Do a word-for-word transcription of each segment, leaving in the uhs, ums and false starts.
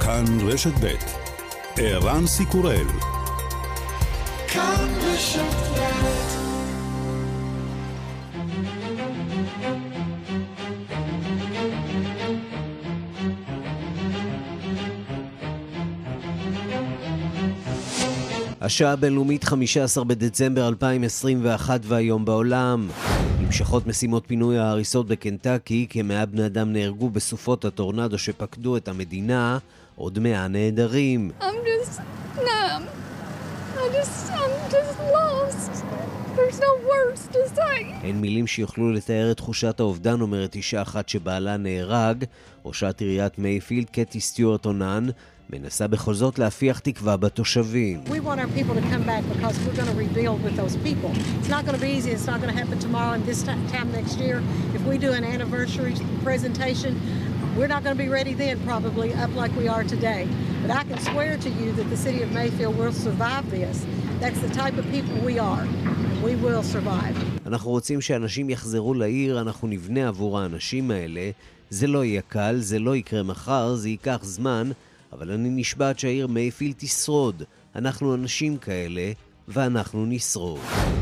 כאן רשת ב' ערן סיקורל. כאן רשת ב'. השעה הבינלאומית חמישה עשר בדצמבר אלפיים עשרים ואחת והיום בעולם. נמשכות משימות פינוי ההריסות בקנטקי, כמאה בני אדם נהרגו בסופות הטורנדו שפקדו את המדינה, עוד מאה נהדרים. I'm just numb. I just, I'm just lost. There's no words to say. אין מילים שיוכלו לתאר את תחושת האובדן, אומרת אישה אחת שבעלה נהרג. ראשת עיריית מייפילד, קטי סטיוארט אונן, מנסה בכל זאת להפיח תקווה בתושבים. We want our people to come back because we're going to rebuild with those people. It's not going to be easy. It's not going to happen tomorrow and this time next year. If we do an anniversary presentation, we're not going to be ready then probably up like we are today. But I can swear to you that the city of Mayfield will survive this. That's the type of people we are. And we will survive. אנחנו רוצים שאנשים יחזרו לעיר, אנחנו נבנה עבור האנשים האלה. זה לא יהיה קל, זה לא יקרה מחר, זה ייקח זמן. אבל אני נשבעת שהעיר מייפילד תשרוד. אנחנו אנשים כאלה, ואנחנו נשרוד.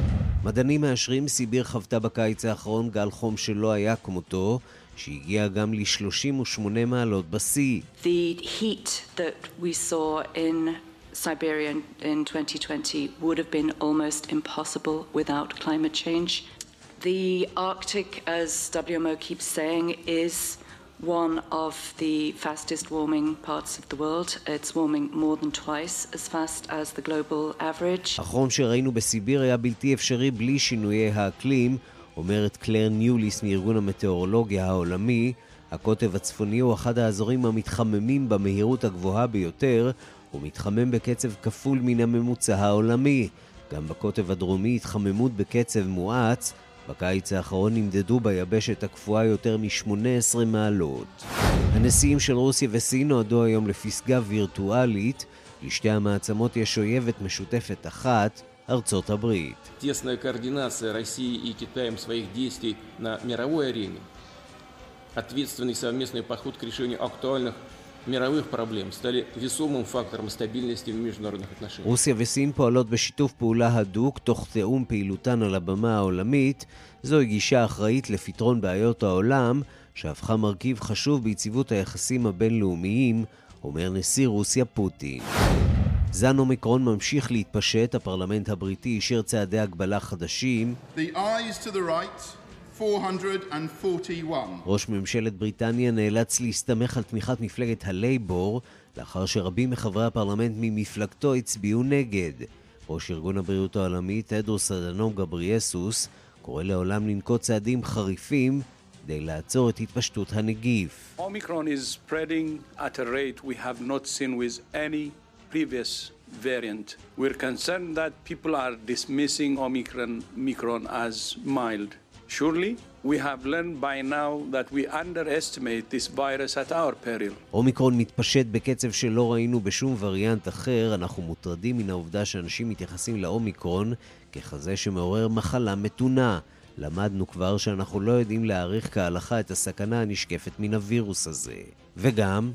מדענים מאשרים, סיביר חוותה בקיץ האחרון גל חום שלא היה כמותו, שהגיע גם ל-שלושים ושמונה מעלות בשיא. The heat that we saw in Siberia in twenty twenty would have been almost impossible without climate change. The Arctic, as W M O keeps saying, is one of the fastest warming parts of the world. It's warming more than twice as fast as the global average. החום שראינו בסיביר היה בלתי אפשרי בלי שינויי האקלים, אומרת קלר ניוליס מארגון המטאורולוגיה העולמי. הקוטב הצפוני הוא אחד האזורים המתחממים במהירות הגבוהה ביותר, ומתחמם בקצב כפול מן הממוצע העולמי. גם בקוטב הדרומי התחממות בקצב מואץ. בקיץ האחרון נמדדו ביבשת הקפואה יותר מ-שמונה עשרה מעלות. הנשיאים של רוסיה וסין נועדו היום לפסגה וירטואלית. לשתי המעצמות יש אויבת משותפת אחת, ארצות הברית. Тесная координация России и Китаем своих действий на мировой арене, ответственный совместный подход к решению актуальных мировых проблем стали весомым фактором стабильности в международных отношениях. רוסיה וסין פועלות בשיתוף פעולה הדוק תוך תיאום פעילותן על הבמה העולמית. זוהי גישה אחראית לפתרון בעיות העולם, שהפכה מרכיב חשוב ביציבות היחסים הבינלאומיים, אומר נשיא רוסיה פוטין. זן אומיקרון ממשיך להתפשט. הפרלמנט הבריטי אישר צעדי הגבלה חדשים. The eyes to the right. four hundred forty-one. ראש ממשלת בריטניה נאלץ להסתמך על תמיכת מפלגת הלייבור, לאחר שרבים מחברי הפרלמנט ממפלגתו הצביעו נגד. ראש ארגון הבריאות העולמי, טדרוס אדנום גבריאסוס, קורא לעולם לנקוט צעדים חריפים כדי לעצור את התפשטות הנגיף. Omicron is spreading at a rate we have not seen with any previous variant. We're concerned that people are dismissing Omicron, Omicron as mild. Surely, we have learned by now that we underestimate this virus at our peril. אומיקרון מתפשט בקצב שלא ראינו בשום וריאנט אחר. אנחנו מוטרדים מן העובדה שאנשים מתייחסים לאומיקרון ככזה שמעורר מחלה מתונה. למדנו כבר שאנחנו לא יודעים להעריך כהלכה את הסכנה הנשקפת מן הווירוס הזה. וגם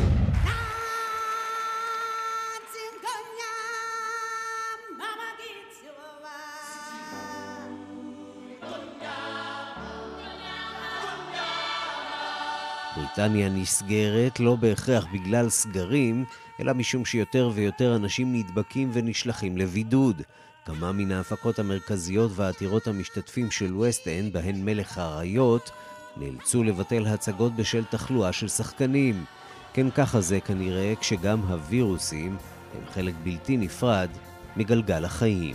בריטניה נסגרת לא בהכרח בגלל סגרים, אלא משום שיותר ויותר אנשים נדבקים ונשלחים לבידוד. כמה מן ההפקות המרכזיות והעתירות המשתתפים של ווסט אנד, בהן מלך האריות, נאלצו לבטל הצגות בשל תחלואה של שחקנים. כן, ככה זה כנראה כשגם הווירוסים הם חלק בלתי נפרד מגלגל החיים.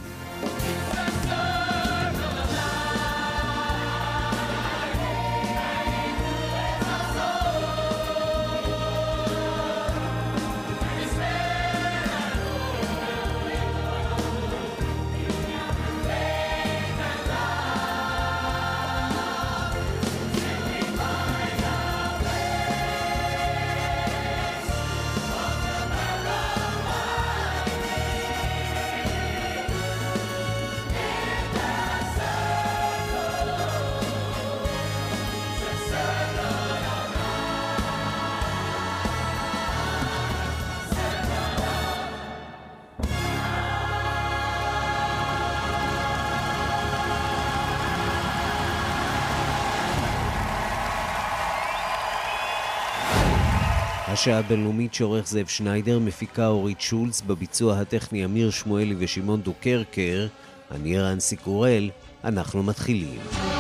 השעה הבינלאומית שעורך זאב שניידר, מפיקה אורית שולץ, בביצוע הטכני אמיר שמואלי ושמעון דוקרקר. אני ערן סיקורל, אנחנו מתחילים.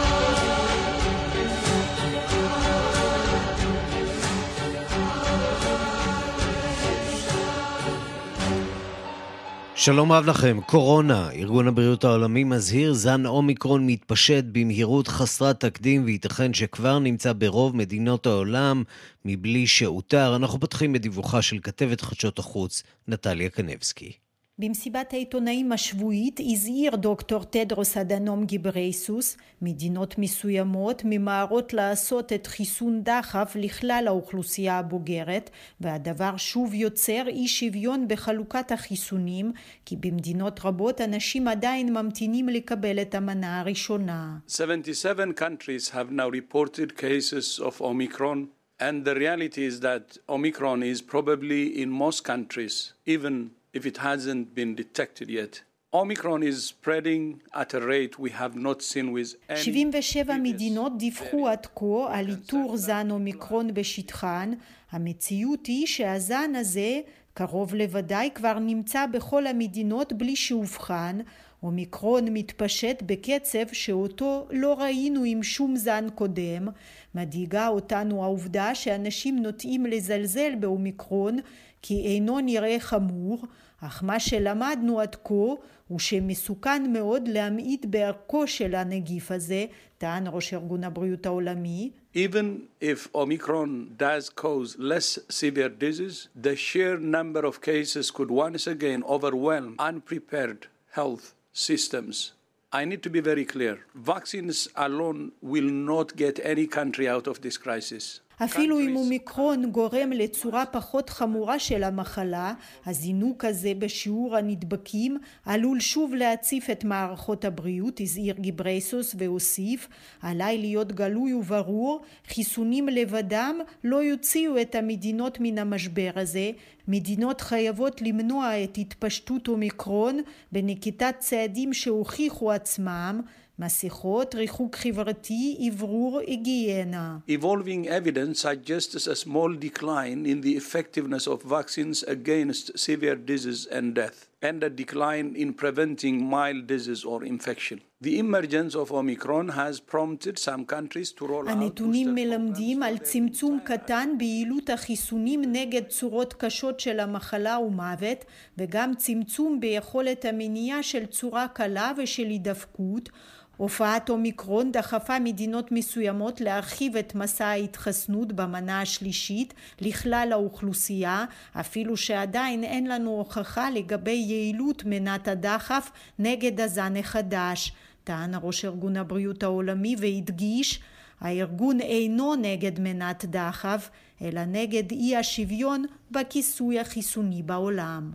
שלום רב לכם. קורונה. ארגון הבריאות העולמי מזהיר, זן אומיקרון מתפשט במהירות חסרת תקדים וייתכן שכבר נמצא ברוב מדינות העולם מבלי שאותר. אנחנו פותחים בדיווחה של כתבת חדשות החוץ נטליה קנבסקי. במסיבת העיתונאים השבועית הזהיר דוקטור טדרוס אדנום גיברייסוס, מדינות מסוימות ממהרות לעשות את חיסון דחף לכלל האוכלוסייה הבוגרת, והדבר שוב יוצר אי שוויון בחלוקת החיסונים, כי במדינות רבות אנשים עדיין ממתינים לקבל את המנה הראשונה. seventy-seven countries have now reported cases of Omicron, and the reality is that Omicron is probably in most countries, even if it hasn't been detected yet. Omicron is spreading at a rate we have not seen with any... שבעים ושבע מדינות דיווחו עד כה על איתור זן אומיקרון בשטחן. המציאות היא שהזן הזה קרוב לוודאי כבר נמצא בכל המדינות בלי שהובחן. אומיקרון מתפשט בקצב שאותו לא ראינו עם שום זן קודם. מדאיגה אותנו העובדה שאנשים נוטים לזלזל באומיקרון כי אינו נראה חמור, אך מה שלמדנו עד כה הוא שמסוכן מאוד להמעיט בערכו של הנגיף הזה, טען ראש ארגון הבריאות העולמי. Even if Omicron does cause less severe disease, the sheer number of cases could once again overwhelm unprepared health systems. I need to be very clear. Vaccines alone will not get any country out of this crisis. אפילו אם אומיקרון גורם לצורה פחות חמורה של המחלה, הזינוק הזה בשיעור הנדבקים עלול שוב להציף את מערכות הבריאות, הזהיר גיברייסוס והוסיף, עליי להיות גלוי וברור, חיסונים לבדם לא יוציאו את המדינות מן המשבר הזה, מדינות חייבות למנוע את התפשטות אומיקרון בנקיטת צעדים שהוכיחו עצמם, מסכות, ריחוק חברתי, אוורור, היגיינה. Evolving evidence suggests a small decline in the effectiveness of vaccines against severe disease and death, and a decline in preventing mild disease or infection. The emergence of Omicron has prompted some countries to roll out... הנתונים מלמדים על צמצום קטן ביעילות החיסונים נגד צורות קשות של המחלה ומוות, וגם צמצום ביכולת המניעה של צורה קלה ושל הידבקות. הופעת אומיקרון דחפה מדינות מסוימות להרחיב את מסע ההתחסנות במנה השלישית לכלל האוכלוסייה, אפילו שעדיין אין לנו הוכחה לגבי יעילות מנת הדחף נגד הזן החדש. טען ראש ארגון הבריאות העולמי והדגיש, הארגון אינו נגד מנת דחף, אלא נגד אי השוויון בכיסוי החיסוני בעולם.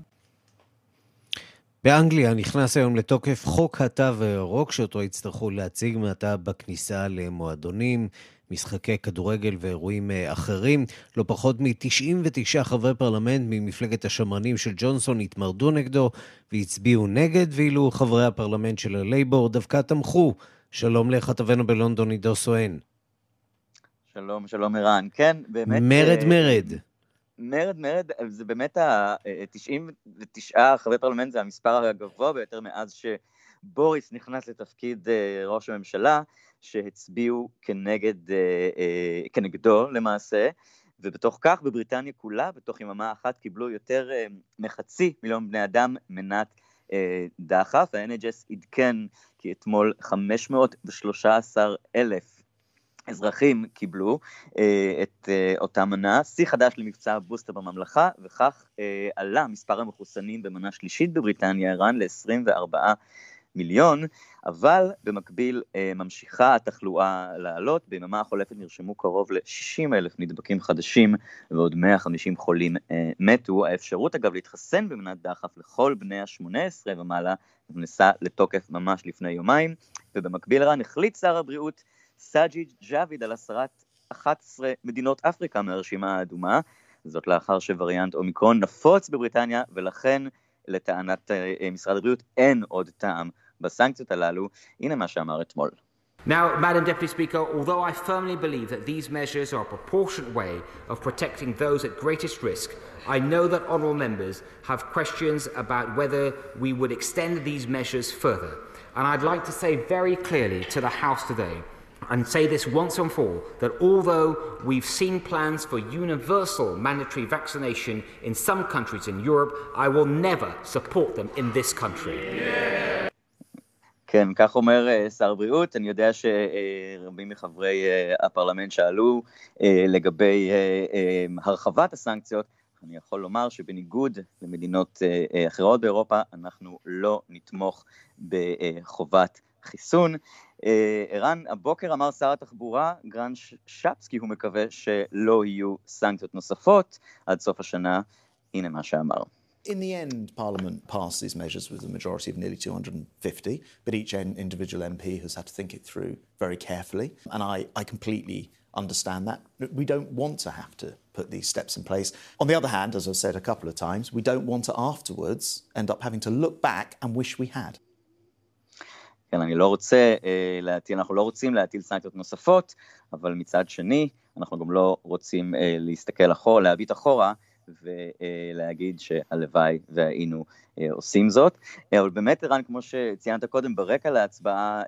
באנגליה נכנס היום לתוקף חוק התו הירוק, שאותו יצטרכו להציג מעתה בכניסה למועדונים, משחקי כדורגל ואירועים אחרים. לא פחות מ-תשעים ותשעה חברי פרלמנט ממפלגת השמרנים של ג'ונסון התמרדו נגדו והצביעו נגד, ואילו חברי הפרלמנט של הלייבור דווקא תמכו. שלום לכתבנו בלונדון עידו סואן. שלום, שלום ערן. כן, באמת... מרד מרד. מרד מרד, זה באמת ה-תשעים ותשעה חברי פרלמנט, זה המספר הגבוה ביותר מאז שבוריס נכנס לתפקיד ראש הממשלה, שהצביעו כנגד, כנגדו למעשה, ובתוך כך בבריטניה כולה, בתוך יממה אחת קיבלו יותר מחצי מיליון בני אדם מנת דחף. ה-אן אייץ' אס עדכן כי אתמול חמש מאות ושלושה עשר אלף אזרחים קיבלו אה, את אה, אותה מנה, שיא חדש למבצע הבוסטר בממלכה, וכך אה, עלה מספר המחוסנים במנה שלישית בבריטניה, ערן ל-עשרים וארבעה מיליון, אבל במקביל אה, ממשיכה התחלואה לעלות. ביממה החולפת נרשמו קרוב ל-שישים אלף נדבקים חדשים, ועוד מאה וחמישים חולים אה, מתו. האפשרות אגב להתחסן במנת דחף לכל בני ה-שמונה עשרה ומעלה, נכנסה לתוקף ממש לפני יומיים, ובמקביל רן החליט שר הבריאות, סאג'יד ג'אביד, על הסרת אחת עשרה מדינות אפריקה מהרשימה האדומה, זאת לאחר שווריאנט אומיקרון נפוץ בבריטניה, ולכן לטענת משרד הבריאות אין עוד טעם בסנקציות הללו. הנה מה שאמר אתמול. Now, Madam Deputy Speaker, although I firmly believe that these measures are a proportionate way of protecting those at greatest risk, I know that honourable members have questions about whether we would extend these measures further. And I'd like to say very clearly to the House today, and say this once and for all, that although we've seen plans for universal mandatory vaccination in some countries in Europe, I will never support them in this country. Yeah. כן, כך אומר שר בריאות. אני יודע שרבים מחברי הפרלמנט שאלו לגבי הרחבת הסנקציות. אני יכול לומר שבניגוד למדינות אחרות באירופה, אנחנו לא נתמוך בחובת חיסון. ערן, הבוקר אמר שר התחבורה, גרנט שפסקי, הוא מקווה שלא יהיו סנקציות נוספות עד סוף השנה. הנה מה שאמר. In the end, Parliament passed these measures with a majority of nearly two hundred fifty, but each individual M P has had to think it through very carefully, and I, I completely understand that. We don't want to have to put these steps in place. On the other hand, as I've said a couple of times, we don't want to afterwards end up having to look back and wish we had. כן, אני לא רוצה להטיל, אנחנו לא רוצים להטיל סנקציות נוספות, אבל מצד שני, אנחנו גם לא רוצים להסתכל אחורה, להביט אחורה, ולהגיד שהלוואי והיינו עושים זאת. אבל באמת, ערן, כמו שציינת קודם, ברקע להצבעה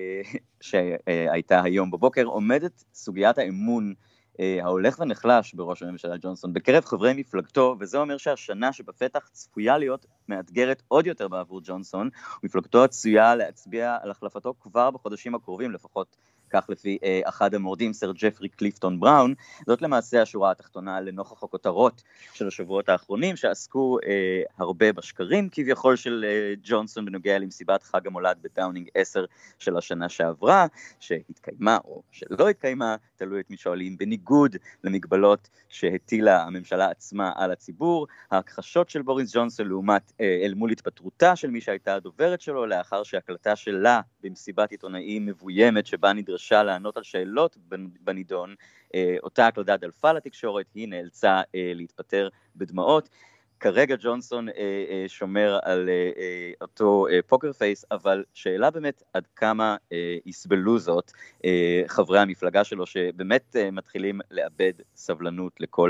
שהייתה היום בבוקר, עומדת סוגיית האמון ההולך ונחלש בראש הממשלה ג'ונסון בקרב חברי מפלגתו, וזה אומר שהשנה שבפתח צפויה להיות מאתגרת עוד יותר בעבור ג'ונסון, מפלגתו עשויה להצביע על החלפתו כבר בחודשים הקרובים, לפחות כך לפי אה, אחד המורדים, סר ג'פרי קליפטון בראון. זאת למעשה השורה התחתונה לנוכח הכותרות של השבועות האחרונים, שעסקו אה, הרבה בשקרים כביכול של אה, ג'ונסון בנוגע למסיבת חג המולד בדאונינג עשר של השנה שעברה, שהתקיימה או שלא התקיימה, תלוי את מי שואלים, בניגוד למגבלות שהטילה הממשלה עצמה על הציבור. ההכחשות של בוריס ג'ונסון לעומת אה, אל מול התפטרותה של מי שהייתה הדוברת שלו, לאחר שהקלטה שלה במסיבת עיתונאים מבוימת שבה נדרשה לענות על שאלות בנידון, אותה הקלטה דלפה לתקשורת, היא נאלצה להתפטר בדמעות. כרגע ג'ונסון שומר על אותו פוקר פייס, אבל שאלה באמת עד כמה יסבלו זאת חברי המפלגה שלו, שבאמת מתחילים לאבד סבלנות לכל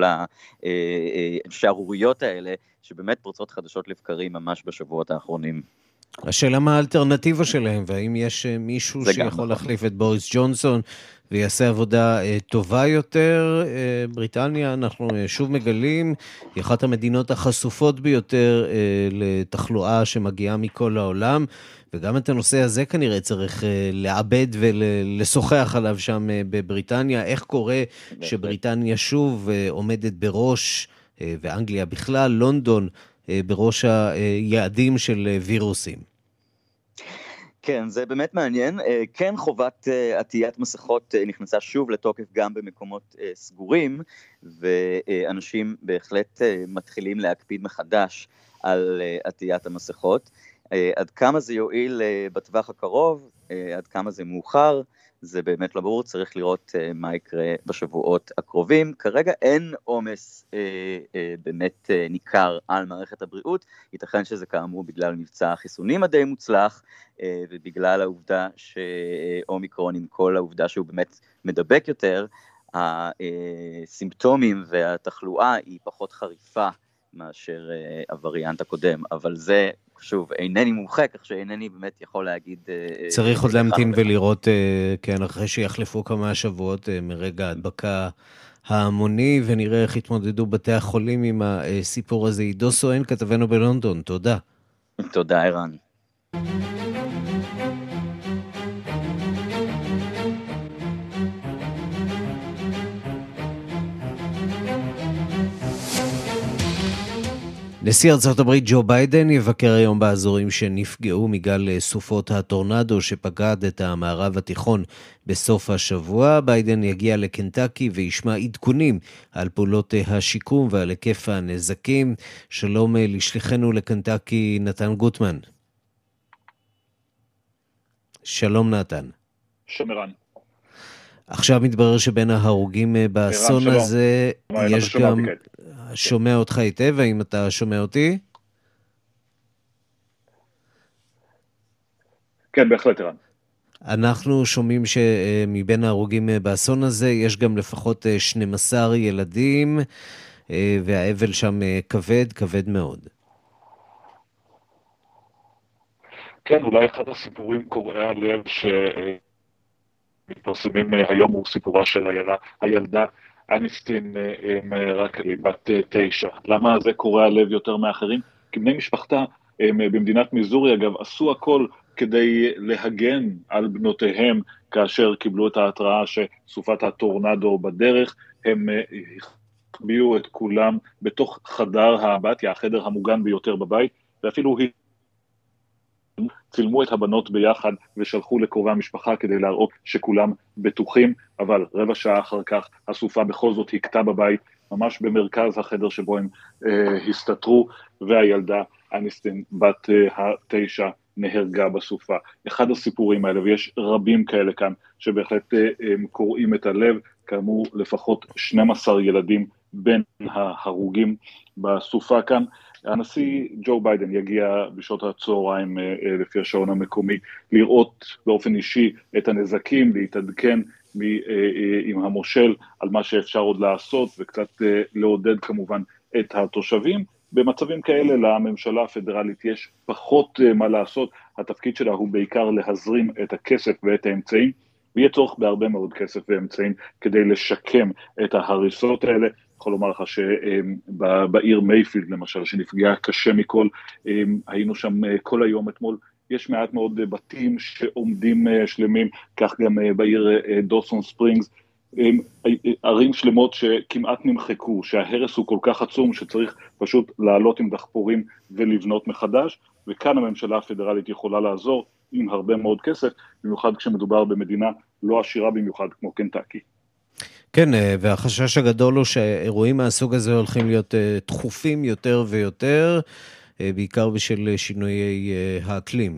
השערוריות האלה, שבאמת פורצות חדשות לבקרים ממש בשבועות האחרונים. השאלה מה האלטרנטיבה שלהם, והאם יש מישהו שיכול להחליף את בוריס ג'ונסון ויעשה עבודה טובה יותר. בריטניה, אנחנו שוב מגלים, היא אחת המדינות החשופות ביותר לתחלואה שמגיעה מכל העולם, וגם את הנושא הזה כנראה צריך לעבד ולשוחח עליו שם בבריטניה. איך קורה שבריטניה שוב עומדת בראש, ואנגליה בכלל, לונדון, בראש היעדים של וירוסים? כן, זה באמת מעניין. כן, חובת עטיית מסכות נכנסה שוב לתוקף גם במקומות סגורים, ואנשים בהחלט מתחילים להקפיד מחדש על עטיית המסכות. עד כמה זה יועיל בטווח הקרוב, עד כמה זה מאוחר, זה באמת לא ברור, צריך לראות uh, מה יקרה בשבועות הקרובים. כרגע אין עומס uh, uh, באמת uh, ניכר על מערכת הבריאות, ייתכן שזה כאמור בגלל מבצע החיסונים הדי מוצלח, uh, ובגלל העובדה שאומיקרון, עם כל העובדה שהוא באמת מדבק יותר, הסימפטומים והתחלואה היא פחות חריפה מאשר uh, הווריאנט הקודם, אבל זה שוב, אינני מומחה, כך שאינני באמת יכול להגיד... צריך עוד להמתין ולראות, כן, אחרי שיחלפו כמה שבועות מרגע ההדבקה ההמוני, ונראה איך התמודדו בתי החולים עם הסיפור הזה. עידו סואן, כתבנו בלונדון, תודה. תודה, ערן. נשיא ארצות הברית ג'ו ביידן יבקר היום באזורים שנפגעו מגל סופות הטורנדו שפקד את המערב התיכון בסוף השבוע. ביידן יגיע לקנטקי וישמע עדכונים על פעולות השיקום ועל היקף הנזקים. שלום לשליחנו לקנטקי, נתן גוטמן. שלום נתן. שמרן. עכשיו מתברר שבין ההרוגים באסון הזה יש גם... שומע אותך היטב, האם אתה שומע אותי? כן, בהחלט, ערן. אנחנו שומעים שמבין ההרוגים באסון הזה יש גם לפחות שנים עשר ילדים, והאבל שם כבד, כבד מאוד. כן, אולי אחד הסיפורים קורעי הלב שמתפרסמים היום הוא סיפורה של הילדה, הילדה אניסטין מרקלי, בת תשע. למה זה קורע הלב יותר מאחרים? כי בני משפחתה במדינת מיזורי, אגב, עשו הכל כדי להגן על בנותיהם כאשר קיבלו את ההתראה שסופת הטורנדו בדרך. הם החביאו את כולם בתוך חדר האמבטיה, החדר המוגן ביותר בבית, ואפילו צילמו את הבנות ביחד ושלחו לקרובי המשפחה כדי להראות שכולם בטוחים, אבל רבע שעה אחר כך הסופה בכל זאת הכתה בבית, ממש במרכז החדר שבו הם אה, הסתתרו, והילדה אניסטין בת אה, התשע נהרגה בסופה. אחד הסיפורים האלה, ויש רבים כאלה כאן, שבהחלט אה, הם קוראים את הלב, כאמור לפחות שנים עשר ילדים בין ההרוגים בסופה כאן. הנשיא ג'ו ביידן יגיע בשעות הצהריים לפי השעון המקומי לראות באופן אישי את הנזקים, להתעדכן עם המושל על מה שאפשר עוד לעשות וקצת לעודד כמובן את התושבים. במצבים כאלה לממשלה הפדרלית יש פחות מה לעשות, התפקיד שלה הוא בעיקר להזרים את הכסף ואת האמצעים, ויהיה צורך בהרבה מאוד כסף ואמצעים כדי לשקם את ההריסות האלה. יכול לומר לך שבעיר מייפילד למשל, שנפגעה קשה מכל, היינו שם כל היום אתמול, יש מעט מאוד בתים שעומדים שלמים, כך גם בעיר דוסון ספרינגס, ערים שלמות שכמעט נמחקו, שההרס הוא כל כך עצום שצריך פשוט לעלות עם דחפורים ולבנות מחדש, וכאן הממשלה הפדרלית יכולה לעזור עם הרבה מאוד כסף, במיוחד כשמדובר במדינה לא עשירה במיוחד כמו קנטקי. כן, והחשש הגדול הוא שאירועים מהסוג הזה הולכים להיות דחופים יותר ויותר, בעיקר בשל שינויי האקלים.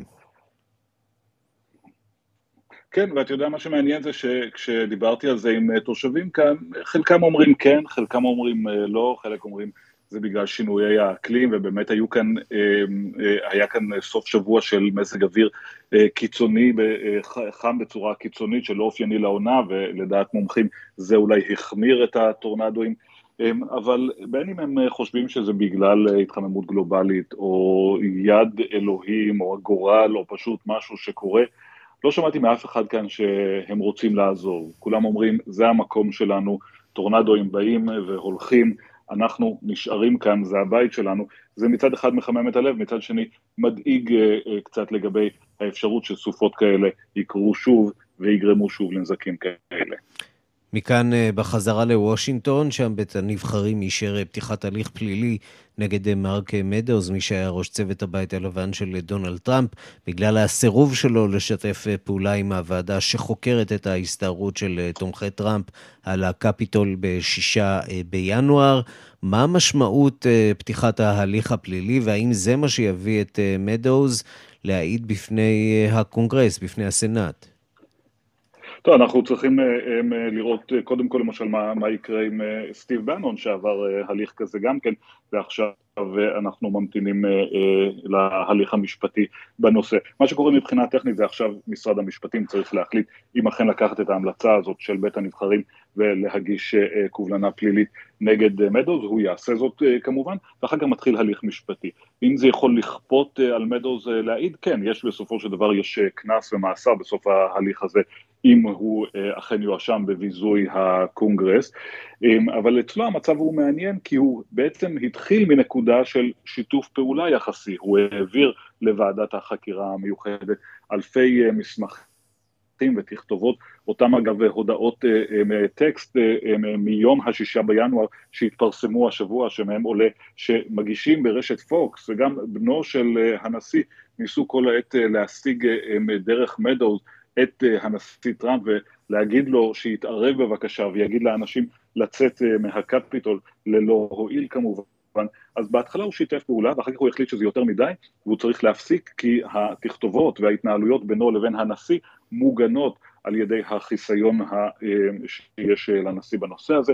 כן, ואת יודע מה שמעניין זה שכשדיברתי על זה עם תושבים כאן, חלקם אומרים כן, חלקם אומרים לא, חלק אומרים זה בגלל שינויי האקלים, ובאמת היו כאן, היה כאן סוף שבוע של מזג אוויר קיצוני, חם בצורה קיצונית שלא אופייני לעונה, ולדעת מומחים זה אולי החמיר את הטורנדואים, אבל בין אם הם חושבים שזה בגלל התחממות גלובלית, או יד אלוהים, או הגורל, או פשוט משהו שקורה, לא שמעתי מאף אחד כאן שהם רוצים לעזור. כולם אומרים, זה המקום שלנו, טורנדואים באים והולכים, אנחנו נשארים כאן, זה הבית שלנו. זה מצד אחד מחמם את הלב, מצד שני מדאיג uh, קצת לגבי האפשרות שסופות כאלה יקרו שוב ויגרמו שוב לנזקים כאלה. מכאן בחזרה לוושינגטון, שם בית הנבחרים אישר פתיחת הליך פלילי נגד מרק מדאוז, מי שהיה ראש צוות הבית הלבן של דונלד טראמפ, בגלל הסירוב שלו לשתף פעולה עם הוועדה שחוקרת את ההסתערות של תומכי טראמפ על הקפיטול בשישה בינואר. מה המשמעות פתיחת ההליך הפלילי, והאם זה מה שיביא את מדאוז להעיד בפני הקונגרס, בפני הסנאט? טוב, אנחנו צריכים לראות קודם כל למשל מה, מה יקרה עם סטיב בנון שעבר הליך כזה גם כן, ועכשיו אנחנו ממתינים להליך המשפטי בנושא. מה שקורה מבחינה טכנית זה עכשיו משרד המשפטים צריך להחליט אם אכן לקחת את ההמלצה הזאת של בית הנבחרים ולהגיש קובלנה פלילית נגד מדאוז, הוא יעשה זאת כמובן, ואחר כך מתחיל הליך משפטי. אם זה יכול לכפות על מדאוז להעיד, כן, יש בסופו של דבר יש כנס ומאסר בסוף ההליך הזה, אם הוא אכן יואשם בביזוי הקונגרס, אבל אצלו המצב הוא מעניין כי הוא בעצם התחיל מנקודה של שיתוף פעולה יחסי, הוא העביר לוועדת החקירה המיוחדת אלפי מסמכים ותכתובות, אותם אגב הודעות טקסט מיום השישה בינואר שהתפרסמו השבוע, שמהם עולה שמגישים ברשת פוקס, וגם בנו של הנשיא ניסו כל העת להשיג דרך מדאוז את הנשיא טראמפ ולהגיד לו שיתערב בבקשה ויגיד לאנשים לצאת מהקפיטול ללא הועיל כמובן. אז בהתחלה הוא שיתף פעולה ואחר כך הוא החליט שזה יותר מדי והוא צריך להפסיק כי התכתובות וההתנהלויות בינו לבין הנשיא מוגנות על ידי החיסיון שיש לנשיא בנושא הזה.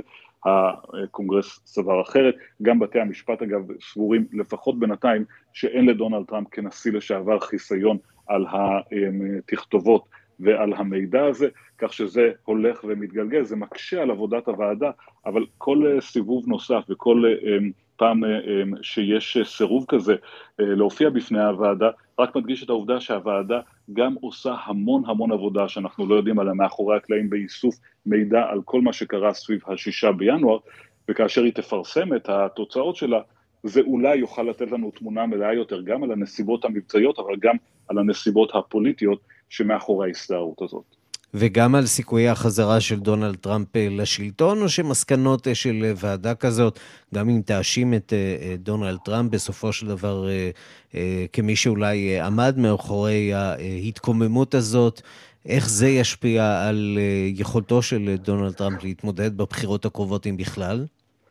הקונגרס סבר אחרת, גם בתי המשפט אגב סבורים לפחות בינתיים שאין לדונלד טראמפ כנשיא לשעבר חיסיון על התכתובות ועל המידע הזה, כך שזה הולך ומתגלגל, זה מקשה על עבודת הוועדה, אבל כל סיבוב נוסף וכל פעם שיש סירוב כזה להופיע בפני הוועדה, רק מדגיש את העובדה שהוועדה גם עושה המון המון עבודה שאנחנו לא יודעים עליה מאחורי הקלעים באיסוף מידע על כל מה שקרה סביב השישה בינואר, וכאשר היא תפרסם את התוצאות שלה, זה אולי יוכל לתת לנו תמונה מלאה יותר גם על הנסיבות המבצעיות, אבל גם על הנסיבות הפוליטיות שמאחורי ההסתערות הזאת. וגם על סיכויי החזרה של דונלד טראמפ לשלטון, או שמסקנות של ועדה כזאת, גם אם תאשים את דונלד טראמפ בסופו של דבר כמי שאולי עמד מאחורי ההתקוממות הזאת, איך זה ישפיע על יכולתו של דונלד טראמפ להתמודד בבחירות הקרובות אם בכלל?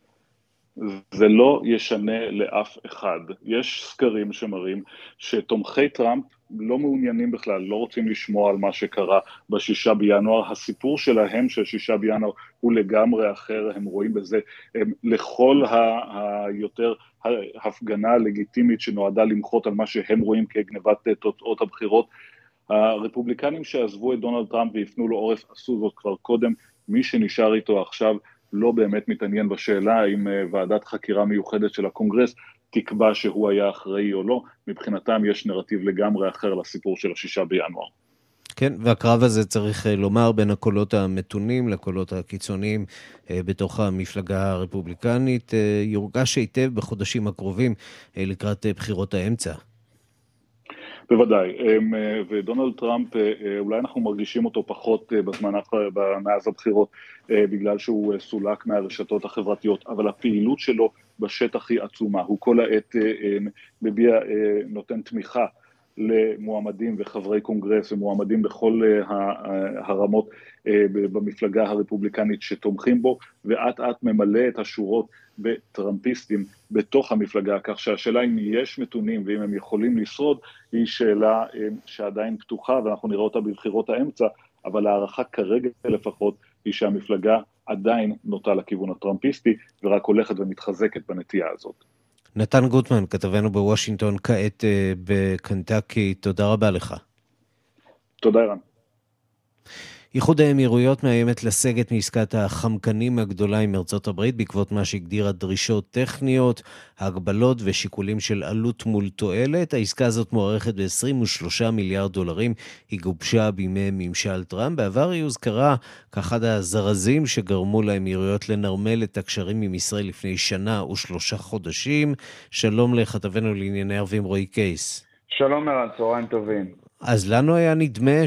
זה לא ישנה לאף אחד. יש סקרים שמראים שתומכי טראמפ לא מעוניינים בכלל, לא רוצים לשמוע על מה שקרה בשישה בינואר. הסיפור שלהם של שישה בינואר הוא לגמרי אחר, הם רואים בזה הם, לכל היותר הפגנה לגיטימית שנועדה למחות על מה שהם רואים כגנבת תוצאות הבחירות. הרפובליקנים שעזבו את דונלד טראמפ והפנו לו עורף עשו זאת כבר קודם, מי שנשאר איתו עכשיו לא באמת מתעניין בשאלה אם ועדת חקירה מיוחדת של הקונגרס תקבע שהוא היה אחראי או לא. מבחינתם יש נרטיב לגמרי אחר לסיפור של השישה בינואר. כן, והקרב הזה צריך לומר בין הקולות המתונים לקולות הקיצוניים בתוך המפלגה הרפובליקנית יורגש היטב בחודשים הקרובים לקראת בחירות האמצע. בוודאי, ודונלד טראמפ, אולי אנחנו מרגישים אותו פחות בזמן מאז הבחירות, בגלל שהוא סולק מהרשתות החברתיות, אבל הפעילות שלו בשטח היא עצומה, הוא כל העת מביע, נותן תמיכה למועמדים וחברי קונגרס ומועמדים בכל הרמות במפלגה הרפובליקנית שתומכים בו, ואת את ממלא את השורות בטראמפיסטים בתוך המפלגה, כך שהשאלה אם יש מתונים ואם הם יכולים לשרוד, היא שאלה שעדיין פתוחה, ואנחנו נראה אותה בבחירות האמצע, אבל הערכה כרגע לפחות היא שהמפלגה עדיין נוטה לכיוון הטראמפיסטי, ורק הולכת ומתחזקת בנטייה הזאת. נתן גוטמן, כתבנו בוושינגטון, כעת בקנטקי, תודה רבה לך. תודה רן. איחוד האמירויות מאיימת לסגת מעסקת החמקנים הגדולה עם ארצות הברית בעקבות מה שהגדירה דרישות טכניות, הגבלות ושיקולים של עלות מול תועלת. העסקה הזאת מוערכת ב-עשרים ושלושה מיליארד דולרים, היא גובשה בימי ממשל טראמפ. בעבר היא הוזכרה כאחד הזרזים שגרמו לאמירויות לנרמל את הקשרים עם ישראל לפני שנה ושלושה חודשים. שלום לכתבנו לענייני ערבים רועי קייס. שלום ערן, צהריים טובים. אז לנו היה נדמה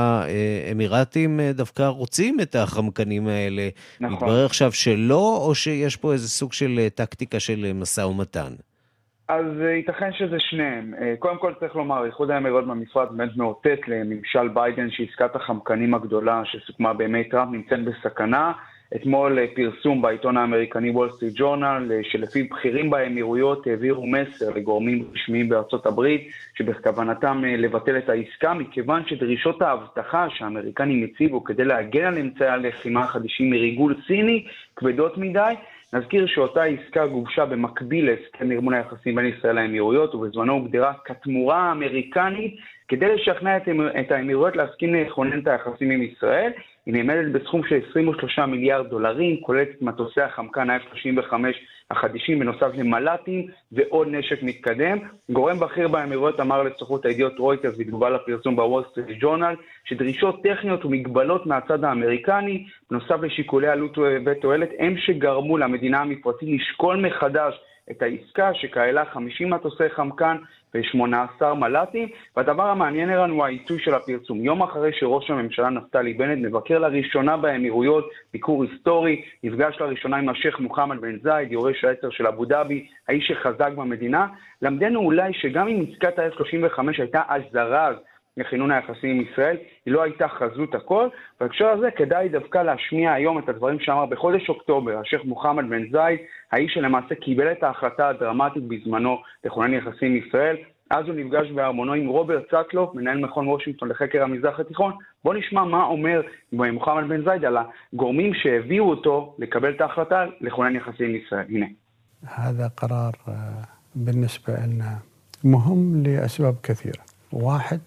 שהאמירתים דווקא רוצים את החמקנים האלה. נכון. מתברר עכשיו שלא, או שיש פה איזה סוג של טקטיקה של מסע ומתן? אז ייתכן שזה שניהם. קודם כל צריך לומר, איחוד האמירויות במפרץ באמת מאותת לממשל ביידן שעסקת החמקנים הגדולה שסוכמה בימי טראמפ נמצאת בסכנה. אתמול פרסום בעיתון האמריקני וול סטריט ג'ורנל שלפיו בכירים באמירויות העבירו מסר לגורמים רשמיים בארצות הברית שבכוונתם לבטל את העסקה, מכיוון שדרישות האבטחה שהאמריקנים הציבו כדי להגן על אמצעי הלחימה החדשים מריגול סיני כבדות מדי. נזכיר שאותה עסקה גובשה במקביל להסכם נרמול היחסים בין ישראל לאמירויות, ובזמנו הוגדרה כתמורה האמריקנית כדי לשכנע את האמירויות להסכים לכונן את היחסים עם ישראל. היא נאמדת בסכום של עשרים ושלושה מיליארד דולרים, כוללת את מטוסי החמקן ה-אף שלושים וחמש החדישים בנוסף למל"טים ועוד נשק מתקדם. גורם בכיר באמירויות אמר לסוכנות הידיעות רויטרס בתגובה לפרסום בוול סטריט ג'ורנל שדרישות טכניות ומגבלות מהצד האמריקני, בנוסף לשיקולי עלות ותועלת, הם שגרמו למדינה המפרצית לשקול מחדש את העסקה שכללה חמישים מטוסי חמקן ו-שמונה עשר מל"טים. והדבר המעניין הרן הוא העיתוי של הפרסום. יום אחרי שראש הממשלה נפתלי בנט מבקר לראשונה באמירויות, ביקור היסטורי, נפגש לראשונה עם השייח מוחמד בן זייד, יורש העצר של אבו דאבי, האיש שחזק במדינה. למדנו אולי שגם אם עסקת ה-אף שלושים וחמש הייתה הזרז לכינון היחסים עם ישראל, היא לא הייתה חזות הכל. בהקשר הזה כדאי דווקא להשמיע היום את הדברים שאמר בחודש אוקטובר השייח מוחמד בן זייד, האיש שלמעשה קיבל את ההחלטה הדרמטית בזמנו לכונן יחסים עם ישראל. אז הוא נפגש בארמונו עם רוברט סטלוב, מנהל מכון וושינגטון לחקר המזרח התיכון. בוא נשמע מה אומר מוחמד בן זייד על הגורמים שהביאו אותו לקבל את ההחלטה לכונן יחסים עם ישראל. הנה. هذا قرار بالنسبة لنا مهم لأسباب كثيرة. واحد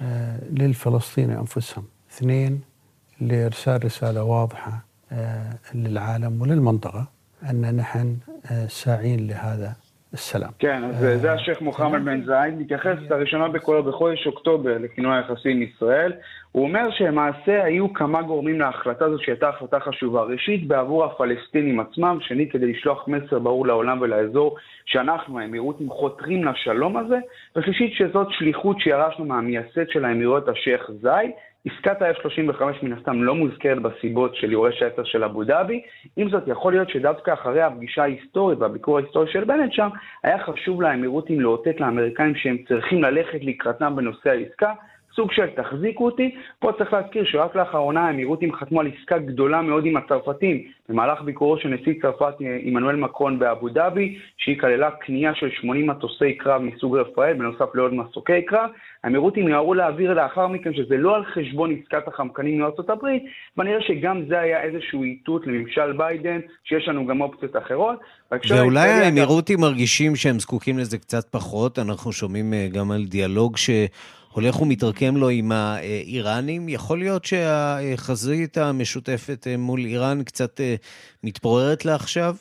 للفلسطينيين أنفسهم. اثنين، لإرسال رسالة واضحة للعالم وللمنطقة أن نحن ساعين لهذا السلام. כן, אז זה השייך מוחמד בן זאיד, מתייחס לראשונה בקולו בחודש אוקטובר לכינוי היחסים עם ישראל. הוא אומר שמעשה היו כמה גורמים להחלטה הזאת שהייתה החלטה חשובה. ראשית, בעבור הפלסטינים עצמם, שנית, כדי לשלוח מסר ברור לעולם ולאזור שאנחנו, האמירותים, חותרים לשלום הזה, ושלישית, שזאת שליחות שירשנו מהמייסד של האמירויות השייך זאיד. עסקת ה-אף שלושים וחמש מן הסתם לא מוזכרת בסיבות של יורש העצר של אבו דאבי. עם זאת, יכול להיות שדווקא אחרי הפגישה ההיסטורית והביקור ההיסטורי של בנט שם, היה חשוב לאמירותים לאותת לאמריקאים שהם צריכים ללכת לקראתם בנושא העסקה, סוג של תחזיקו אותי. פה צריך להזכיר שרק לאחרונה האמירותים חתמו על עסקה גדולה מאוד עם הצרפתים, במהלך ביקורו של נשיא צרפת עמנואל מקרון באבו דאבי, שהיא כללה קנייה של שמונים מטוסי קרב מסוג רפאל, בנוסף לעוד מסוקי קרב. האמירותים נהרו להעביר לאחר מכן שזה לא על חשבון עסקת החמקנים מארצות הברית, ונראה שגם זה היה איזשהו איתות לממשל ביידן, שיש לנו גם אופציות אחרות. ואולי האמירותים מרגישים שהם זקוקים לזה קצת פחות. אנחנו שומעים גם על דיאלוג שהולך ומתרקם לו עם האיראנים. יכול להיות שהחזית המשותפת מול איראן קצת מתפוררת לה עכשיו?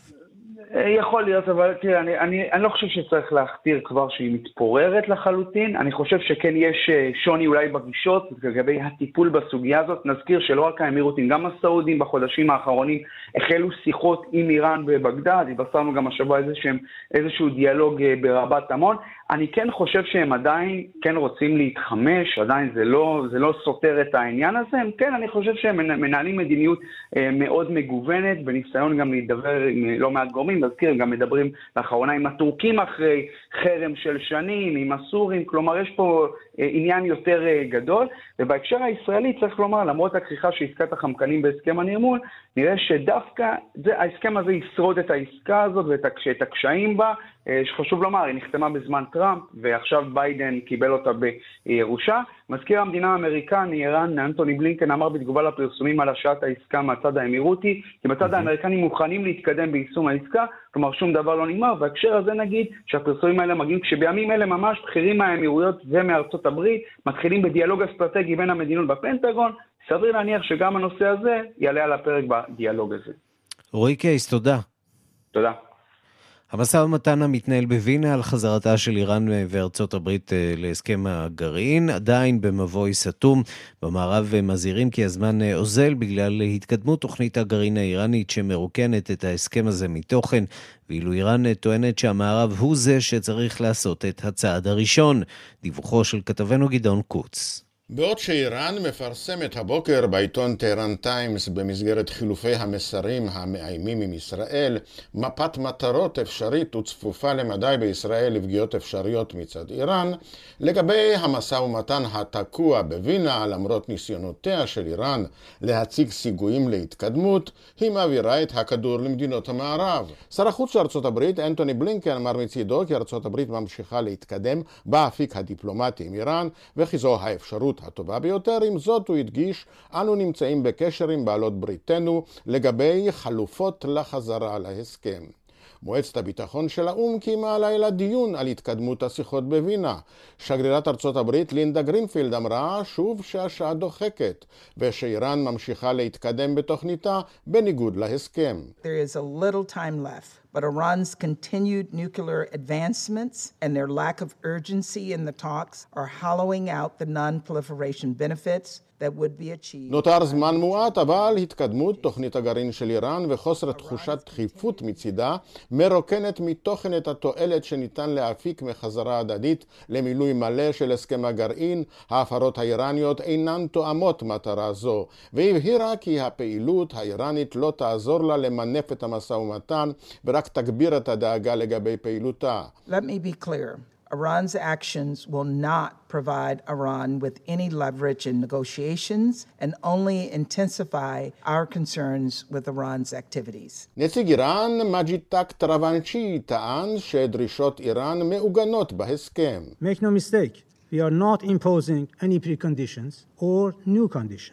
יכול להיות, אבל תראה, אני, אני, אני לא חושב שצריך להכתיר כבר שהיא מתפוררת לחלוטין. אני חושב שכן יש שוני אולי בגישות לגבי הטיפול בסוגיה הזאת. נזכיר שלא רק האמירותים, גם הסעודים בחודשים האחרונים החלו שיחות עם איראן בבגדד. התבשרנו גם השבוע איזשהו, איזשהו דיאלוג ברבת עמון. אני כן חושב שהם עדיין כן רוצים להתחמש, עדיין זה לא, זה לא סותר את העניין הזה. הם כן, אני חושב שהם מנהלים מדיניות מאוד מגוונת, בניסיון גם להידבר עם לא מעט גורמים. נזכיר, גם מדברים לאחרונה עם הטורקים אחרי חרם של שנים, עם הסורים, כלומר יש פה עניין יותר גדול. ובהקשר הישראלי צריך לומר, למרות הכריכה שעסקת החמקנים בהסכם הנרמול, נראה שדווקא זה, ההסכם הזה ישרוד את העסקה הזאת ואת הקשיים בה. שחשוב לומר, היא נחתמה בזמן טראמפ, ועכשיו ביידן קיבל אותה בירושה. מזכיר המדינה האמריקני, איראן, אנטוני בלינקן, אמר בתגובה לפרסומים על השעת העסקה מהצד האמירותי, כי בצד האמריקני מוכנים להתקדם ביישום העסקה, כלומר שום דבר לא נגמר. והקשר הזה נגיד שהפרסומים האלה מגיעים כשבימים אלה ממש בכירים מהאמירויות ומארצות הברית מתחילים בדיאלוג אסטרטגי בין המדינות בפנטגון. סביר להניח שגם הנושא הזה יעלה על הפרק בדיאלוג הזה. רועי קייס, תודה. תודה. המשא ומתן המתנהל בווינה על חזרתה של איראן וארצות הברית להסכם הגרעין עדיין במבוי סתום. במערב מזהירים כי הזמן אוזל בגלל התקדמות תוכנית הגרעין האיראנית שמרוקנת את ההסכם הזה מתוכן, ואילו איראן טוענת שהמערב הוא זה שצריך לעשות את הצעד הראשון. דיווחו של כתבנו גדעון קוץ. בעוד שאיראן מפרסמת הבוקר בעיתון טהרן טיימס במסגרת חילופי המסרים המאיימים עם ישראל, מפת מטרות אפשרית וצפופה למדי בישראל לפגיעות אפשריות מצד איראן, לגבי המשא ומתן התקוע בווינה למרות ניסיונותיה של איראן להציג סיגויים להתקדמות, היא מעבירה את הכדור למדינות המערב. שר החוץ של ארצות הברית, אנטוני בלינקן, אמר מצידו כי ארצות הברית ממשיכה להתקדם באפיק הדיפלומטי עם איראן, וכי זו האפשרות הטובה ביותר. עם זאת הוא הדגיש, אנו נמצאים בקשר עם בעלות בריתנו לגבי חלופות לחזרה להסכם. מועצת הביטחון של האו"ם קיימה הלילה דיון על התקדמות השיחות בווינה. שגרירת ארצות הברית לינדה גרינפילד אמרה שוב שהשעה דוחקת ושאיראן ממשיכה להתקדם בתוכניתה בניגוד להסכם. There is a little time left. But Iran's continued nuclear advancements and their lack of urgency in the talks are hollowing out the non-proliferation benefits that would be achieved. נותר זמן מועט, אבל התקדמות תוכנית הגרעין של איראן וחוסר תחושת דחיפות מצידה מרוקנת מתוכן את התועלת שניתן להפיק מחזרה הדדית למילוי מלא של הסכם הגרעין. ההפרות האיראניות אינן תואמות מטרה זו, והבהירה כי הפעילות האיראנית לא תעזור לה למנף את המשא ומתן ורק תגביר את הדאגה לגבי פעילותה. Let me be clear. Iran's actions will not provide Iran with any leverage in negotiations and only intensify our concerns with Iran's activities. נציג איראן, מג'יד טאקט רבנצ'י, טען שדרישות איראן מעוגנות בהסכם. Make no mistake, we are not imposing any preconditions or new conditions.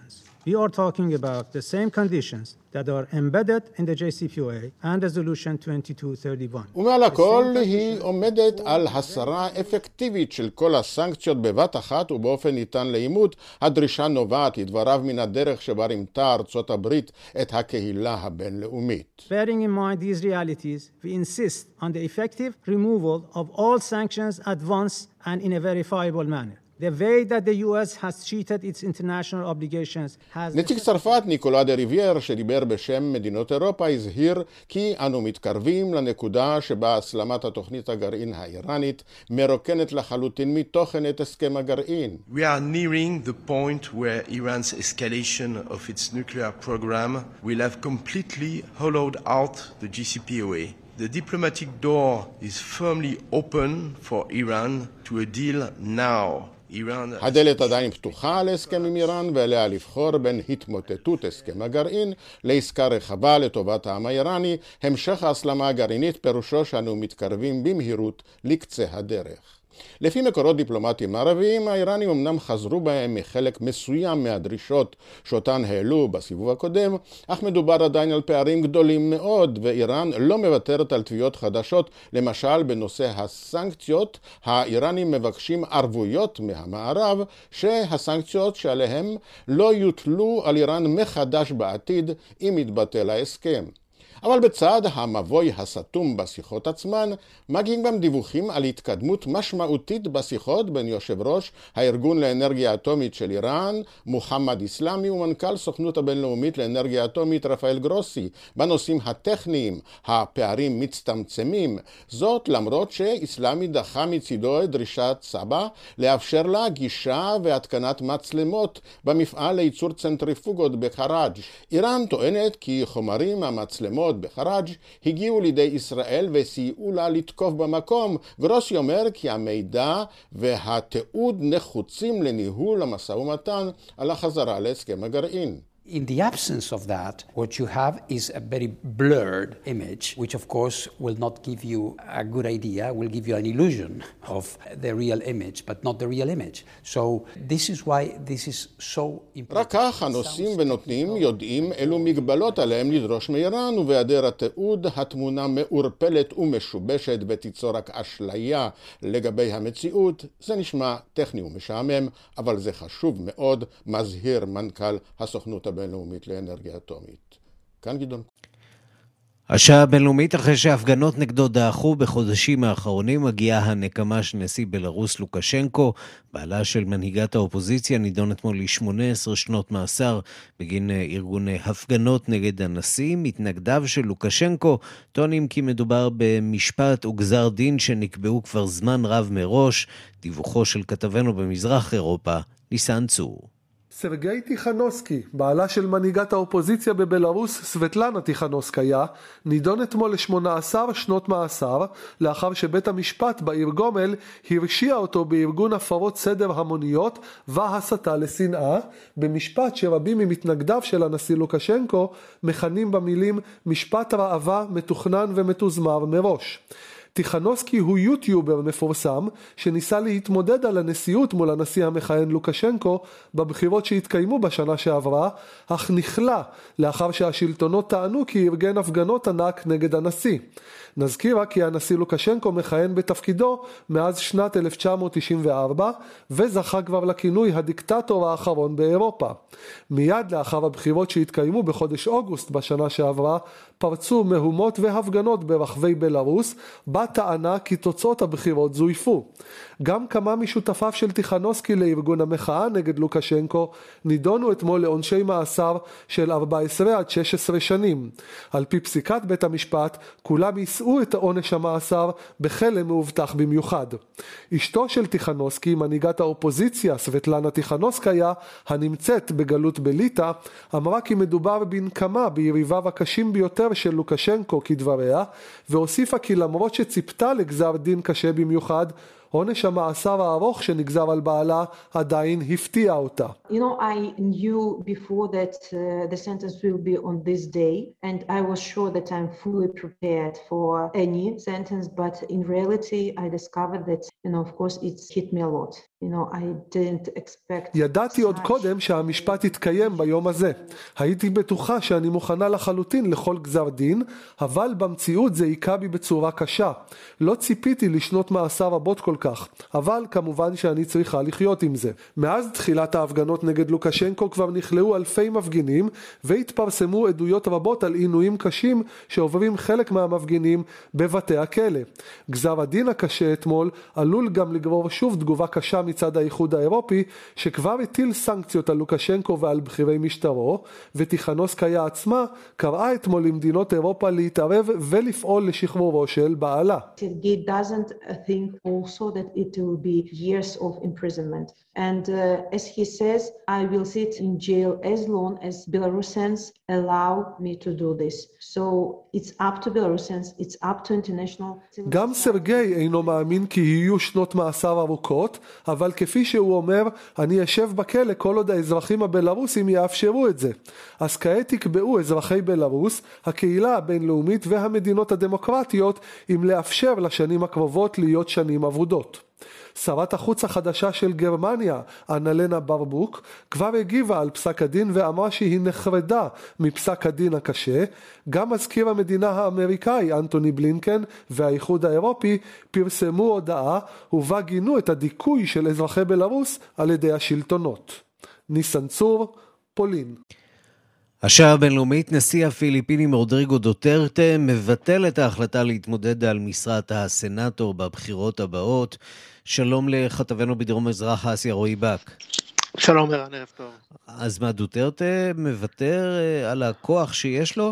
we are talking about the same conditions that are embedded in the J C P O A and Resolution twenty-two thirty-one. ומעל הכל היא עומדת על הסרה אפקטיבית של כל הסנקציות בבת אחת ובאופן ניתן לאימות. הדרישה נובעת לדבריו מן הדרך שבה רימתה ארצות הברית את הקהילה הבינלאומית. Bearing in mind these realities, we insist on the effective removal of all sanctions at once and in a verifiable manner. The way that the U S has treated its international obligations has... נציג צרפת ניקולא דה ריבייר שדיבר בשם מדינות אירופה הזהיר כי אנו מתקרבים לנקודה שבה הסלמת התוכנית הגרעין האיראנית מרוקנת לחלוטין מתוכן את הסכם הגרעין. We are nearing the point where Iran's escalation of its nuclear program will have completely hollowed out the J C P O A. The diplomatic door is firmly open for Iran to a deal now. הדלת עדיין פתוחה להסכם עם איראן ועליה לבחור בין התמוטטות הסכם הגרעין לעסקה רחבה לטובת העם האיראני. המשך ההסלמה הגרעינית פירושו שאנו מתקרבים במהירות לקצה הדרך. לפי מקורות דיפלומטיים ערביים, האיראנים אמנם חזרו בהם מחלק מסוים מהדרישות שאותן העלו בסיבוב הקודם, אך מדובר עדיין על פערים גדולים מאוד, ואיראן לא מוותרת על תביעות חדשות. למשל, בנושא הסנקציות, האיראנים מבקשים ערבויות מהמערב שהסנקציות שעליהם לא יוטלו על איראן מחדש בעתיד אם יתבטל ההסכם. אבל בצד המבוי הסתום בשיחות עצמן, מגיעים גם דיווחים על התקדמות משמעותית בשיחות בין יושב ראש הארגון לאנרגיה אטומית של איראן, מוחמד איסלאמי, ומנכ"ל סוכנות הבינלאומית לאנרגיה אטומית, רפאל גרוסי. בנושאים הטכניים, הפערים מצטמצמים. זאת למרות שאיסלאמי דחה מצידו את דרישת סבא לאפשר לה גישה והתקנת מצלמות במפעל לייצור צנטריפוגות בחראג'. איראן טוענת כי חומרים המצלמות בחראג' הגיעו לידי ישראל וסייעו לה לתקוף במקום. גרוסי אומר כי המידע והתיעוד נחוצים לניהול המשא ומתן על החזרה להסכם הגרעין. In the absence of that, what you have is a very blurred image, which of course will not give you a good idea, will give you an illusion of the real image, but not the real image. So this is why this is so important. רק כך הנושאים ונותנים יודעים אילו מגבלות עליהם לדרוש מאיראן, ובהיעדר התיעוד התמונה מעורפלת ומשובשת ותיצור רק אשליה לגבי המציאות. זה נשמע טכני ומשעמם, אבל זה חשוב מאוד, מזהיר מנכ"ל הסוכנות הבינלאומית לאנרגיה אטומית. כאן גדעון. השעה הבינלאומית, אחרי שהפגנות נגדו דעכו בחודשים האחרונים, מגיעה הנקמה של נשיא בלרוס לוקשנקו. בעלה של מנהיגת האופוזיציה נידון אתמול ל-שמונה עשרה שנות מאסר בגין ארגון הפגנות נגד הנשיא. מתנגדיו של לוקשנקו טוענים כי מדובר במשפט וגזר דין שנקבעו כבר זמן רב מראש. דיווחו של כתבנו במזרח אירופה, ניסן צור. סרגי טיכנוסקי, בעלה של מנהיגת האופוזיציה בבלרוס, סבטלנה טיכנוסקיה, נידון אתמול ל-שמונה עשרה שנות מאסר, לאחר שבית המשפט בעיר גומל הרשיע אותו בארגון הפרות סדר המוניות והסתה לשנאה, במשפט שרבים ממתנגדיו של הנשיא לוקשנקו מכנים במילים משפט ראווה מתוכנן ומתוזמר מראש. טיכנוסקי הוא יוטיובר מפורסם שניסה להתמודד על הנשיאות מול הנשיא המכהן לוקשנקו בבחירות שהתקיימו בשנה שעברה, אך נכלה לאחר שהשלטונות טענו כי ארגן הפגנות ענק נגד הנשיא. נזכיר רק כי הנשיא לוקשנקו מכהן בתפקידו מאז שנת אלף תשע מאות תשעים וארבע וזכה כבר לכינוי הדיקטטור האחרון באירופה. מיד לאחר הבחירות שהתקיימו בחודש אוגוסט בשנה שעברה פרצו מהומות והפגנות ברחבי בלרוס בטענה כי תוצאות הבחירות זויפו. גם כמה משותפיו של טיכנוסקי לארגון המחאה נגד לוקשנקו נידונו אתמול לעונשי מאסר של ארבע עשרה עד שש עשרה שנים. על פי פסיקת בית המשפט כולם יישאו את עונש המאסר בחלם מאובטח במיוחד. אשתו של טיכנוסקי, מנהיגת האופוזיציה סבטלנה טיכנוסקיה הנמצאת בגלות בליטא, אמרה כי מדובר בנקמה ביריביו הקשים ביותר של לוקשנקו כדבריה, והוסיפה כי למרות שציפתה לגזר דין קשה במיוחד, עונש המאסר הארוך שנגזר על בעלה עדיין הפתיע אותה. You know, I knew before that uh, the sentence will be on this day, and I was sure that I'm fully prepared for any sentence, but in reality I discovered that, you know, of course it's hit me a lot. You know, I didn't expect... ידעתי עוד קודם שהמשפט יתקיים ביום הזה. הייתי בטוחה שאני מוכנה לחלוטין לכל גזר דין, אבל במציאות זה היכה בי בצורה קשה. לא ציפיתי לשנות מאסר רבות כל כך, אבל כמובן שאני צריכה לחיות עם זה. מאז תחילת ההפגנות נגד לוקשנקו כבר נכלאו אלפי מפגינים, והתפרסמו עדויות רבות על עינויים קשים שעוברים חלק מהמפגינים בבתי הכלא. גזר הדין הקשה אתמול עלול גם לגרור שוב תגובה קשה מצד האיחוד האירופי, שכבר הטיל סנקציות על לוקשנקו ועל בכירי משטרו, וטיכנוסקיה עצמה קראה אתמול למדינות אירופה להתערב ולפעול לשחרורו של בעלה. Sergei doesn't think also that it will be years of imprisonment. And uh, as he says, I will sit in jail as long as Belarusians allow me to do this. So it's up to Belarusians, it's up to international... גם סרגי אינו מאמין כי יהיו שנות מאסר ארוכות, אבל כפי שהוא אומר, אני אשב בכלא כל עוד האזרחים הבלרוסים יאפשרו את זה. אז כעת יקבעו אזרחי בלרוס, הקהילה הבינלאומית והמדינות הדמוקרטיות, אם לאפשר לשנים הקרובות להיות שנים אבודות. שרת החוץ החדשה של גרמניה, אנלנה ברבוק, כבר הגיבה על פסק הדין ואמרה שהיא נחרדה מפסק הדין הקשה. גם מזכיר המדינה האמריקאי אנטוני בלינקן והאיחוד האירופי פרסמו הודעה ובה גינו את הדיכוי של אזרחי בלרוס על ידי השלטונות. ניסן צור, פולין. השעה הבינלאומית, נשיא הפיליפינים רודריגו דוטרטה מבטל את ההחלטה להתמודד על משרת הסנאטור בבחירות הבאות. שלום לכתבנו בדרום מזרח אסיה רועי בק. שלום ערן, ערב טוב. אז מה, דוטרטה מוותר על הכוח שיש לו?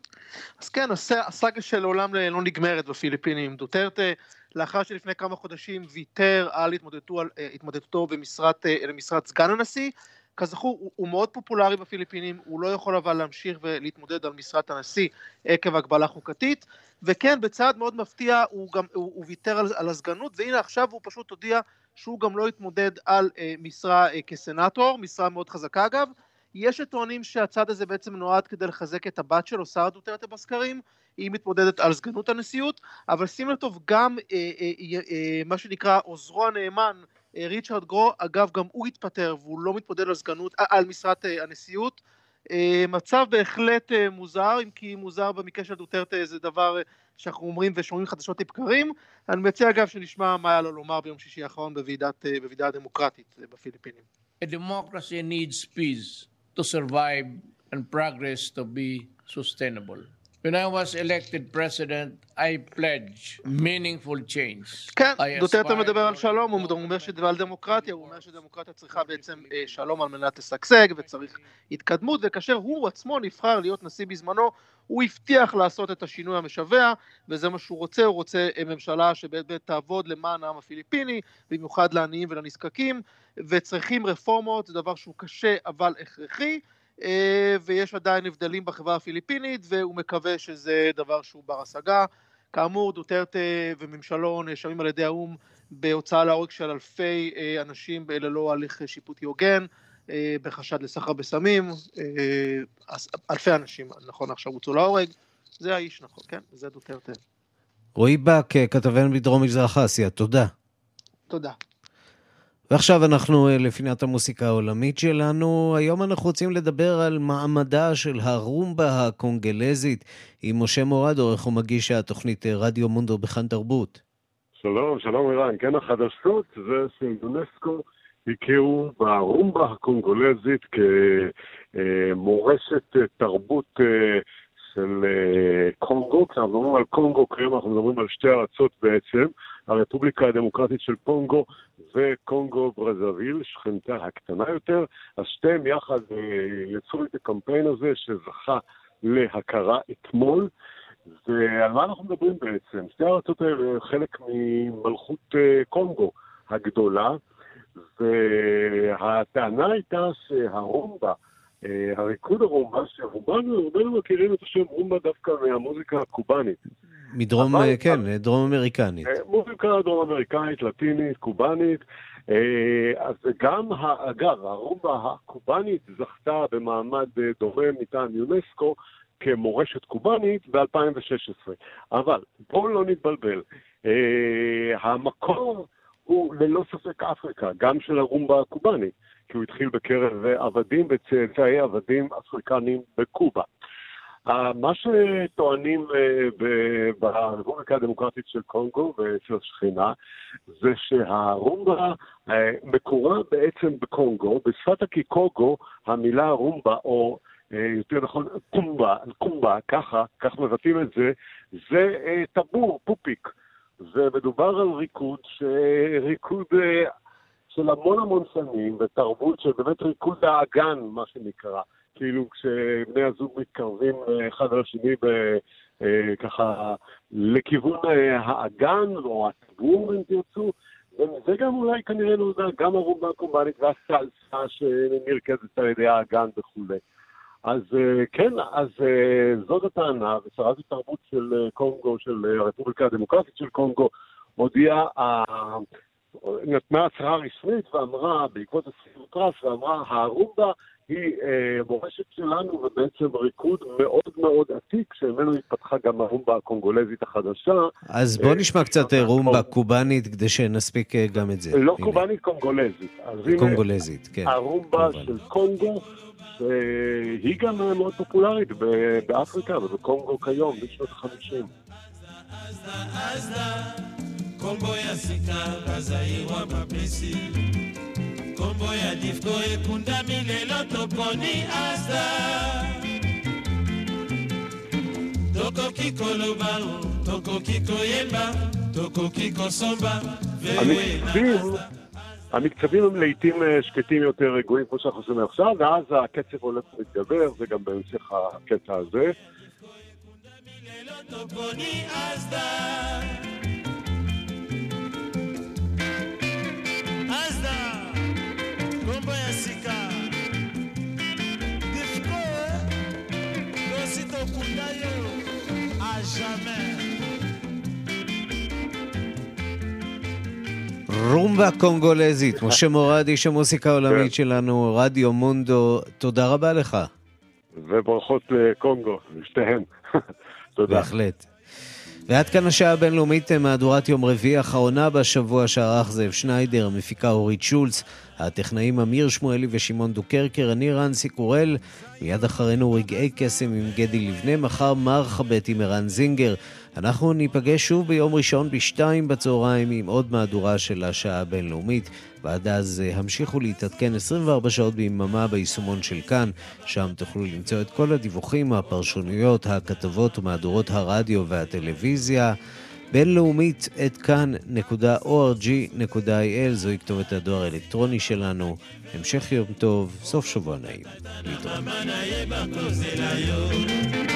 אז כן, הסאגה של העולם לא נגמרת בפיליפינים. דוטרטה, לאחר שלפני כמה חודשים ויתר על התמודדותו, התמודדותו במשרת, למשרת סגן הנשיא, כזכור, הוא, הוא מאוד פופולרי בפיליפינים, הוא לא יכול אבל להמשיך ולהתמודד על משרת הנשיא עקב הגבלה חוקתית, וכן, בצעד מאוד מפתיע, הוא גם, הוא, הוא ויתר על, על הסגנות, והנה עכשיו הוא פשוט הודיע שהוא גם לא יתמודד על אה, משרה אה, כסנאטור, משרה מאוד חזקה אגב. יש שטוענים שהצעד הזה בעצם נועד כדי לחזק את הבת שלו, שרה דוטרטה בסקרים, היא מתמודדת על סגנות הנשיאות, אבל שים לטוב גם אה, אה, אה, אה, מה שנקרא עוזרו הנאמן, ריצ'רד גרו, אגב גם הוא התפטר והוא לא מתמודד על סגנות, על משרת הנשיאות. מצב בהחלט מוזר, אם כי מוזר במקרה של דוטרטה זה דבר שאנחנו אומרים ושומעים חדשות לבקרים. אני מציע אגב שנשמע מה היה לו לומר ביום שישי האחרון בוועידת, בוועידה הדמוקרטית בפיליפינים. A democracy needs peace to survive and progress to be sustainable. When I was elected president, I pledged meaningful change. כן, דוטרטה מדבר על שלום, הוא אומר שדבר על דמוקרטיה, הוא אומר שדמוקרטיה צריכה בעצם שלום על מנת לשגשג וצריך התקדמות, וכאשר הוא עצמו נבחר להיות נשיא בזמנו, הוא הבטיח לעשות את השינוי המשווה, וזה מה שהוא רוצה, הוא רוצה ממשלה שבאמת תעבוד למען העם הפיליפיני, במיוחד לעניים ולנזקקים, וצריכים רפורמות, זה דבר שהוא קשה אבל הכרחי, ויש עדיין הבדלים בחברה הפיליפינית, והוא מקווה שזה דבר שהוא בר השגה. כאמור, דוטרטה וממשלו נאשמים על ידי האו"ם בהוצאה להורג של אלפי אנשים ללא הליך שיפוטי הוגן, בחשד לסחר בסמים, אלפי אנשים, נכון, עכשיו הוצאו להורג, זה האיש, נכון, כן, זה דוטרטה. רועי בק, כתבנו בדרום מזרח אסיה, תודה. תודה. ועכשיו אנחנו לפינת המוסיקה העולמית שלנו. היום אנחנו רוצים לדבר על מעמדה של הרומבה הקונגלזית עם משה מורד, עורך ומגיש התוכנית רדיו מונדו בכאן תרבות. שלום, שלום אירן. כן, החדשות זה שאונסקו הכירו ברומבה הקונגולזית כמורשת תרבות של קונגו. כשאנחנו מדברים על קונגו, כיום אנחנו מדברים על שתי ארצות בעצם, הרפובליקה הדמוקרטית של קונגו וקונגו ברזוויל, שכנתה הקטנה יותר. אז שתיהם יחד יצאו את הקמפיין הזה שזכה להכרה אתמול. ועל מה אנחנו מדברים בעצם? שתי הארצות האלה חלק ממלכות קונגו הגדולה, והטענה הייתה שהרומבה, הריקוד הרומבה, שרובנו מכירים את השם רומבה דווקא מהמוזיקה הקובנית. מדרום, כן, דרום אמריקנית. מוזיקה דרום אמריקנית, לטינית, קובנית. אז גם, אגב, הרומבה הקובנית זכתה במעמד דומה מטעם יונסקו כמורשת קובנית ב-אלפיים ושש עשרה. אבל בואו לא נתבלבל. המקור הוא ללא ספק אפריקה, גם של הרומבה הקובני, כי הוא התחיל בקרב עבדים וצאצאי עבדים אפריקנים בקובה. מה שטוענים ברפובליקה הדמוקרטית של קונגו ואצל השכנה, זה שהרומבה מקורה בעצם בקונגו, בשפת הקיקוגו, המילה רומבה, או יותר נכון קומבה, קומבה, ככה, כך מבטאים את זה, זה טבור, פופיק. ומדובר על ריקוד, ריקוד של המון המון שנים, ותרבות של באמת ריקוד האגן, מה שנקרא. כאילו כשבני הזוג מתקרבים אחד על השני ככה לכיוון האגן או הטבור, אם תרצו, וזה גם אולי כנראה נולדה גם הרומבה הקומבנית והסלסה שנרכזת על ידי האגן וכו'. אז כן, אז זאת הטענה, ושרת התרבות של קונגו, של הרפובליקה הדמוקרטית של קונגו, הודיעה, נתנה הצהרה רשמית ואמרה, בעקבות הסיום טרף, ואמרה, הרומבה היא מורשת שלנו, ובעצם ריקוד מאוד מאוד עתיק, שממנו התפתחה גם הרומבה הקונגולזית החדשה. אז בוא נשמע קצת רומבה קובנית, כדי שנספיק גם את זה. לא קובנית, קונגולזית. קונגולזית, כן. הרומבה של קונגו, שהיא גם מאוד פופולרית באפריקה ובקונגו כיום, בשנות ה-חמישים. Kombo ya sika bazairwa mapesi Kombo ya difko ekunda milelo toponi asa Toko kiko lobao, toko kiko yemba, toko kiko somba המקצבים הם לעיתים שקטים יותר רגועים כמו שאנחנו עושים עכשיו, ואז הקצב הולך ומתגבר, זה גם בהמשך הקטע הזה. Azda, kombo ya sika Difko, dosito kundayo A jamais רומבה קונגולזית, משה מורד, איש המוסיקה העולמית שלנו, רדיו מונדו, תודה רבה לך. וברכות לקונגו, שתיהן. תודה. בהחלט. ועד כאן השעה הבינלאומית, מהדורת יום רביעי האחרונה בשבוע שערך זאב שניידר, המפיקה אורית שולץ, הטכנאים אמיר שמואלי ושמעון דוקרקר, אני רנסי קורל, מיד אחרינו רגעי קסם עם גדי לבנה, מחר מרחבת עם ערן זינגר. אנחנו ניפגש שוב ביום ראשון בשתיים בצהריים עם עוד מהדורה של השעה הבינלאומית, ועד אז המשיכו להתעדכן עשרים וארבע שעות ביממה ביישומון של כאן, שם תוכלו למצוא את כל הדיווחים, הפרשנויות, הכתבות ומהדורות הרדיו והטלוויזיה. בינלאומית את כאן נקודה או אר ג'י נקודה איי אל, זוהי כתובת הדואר האלקטרוני שלנו. המשך יום טוב, סוף שבוע נעים. להתראות.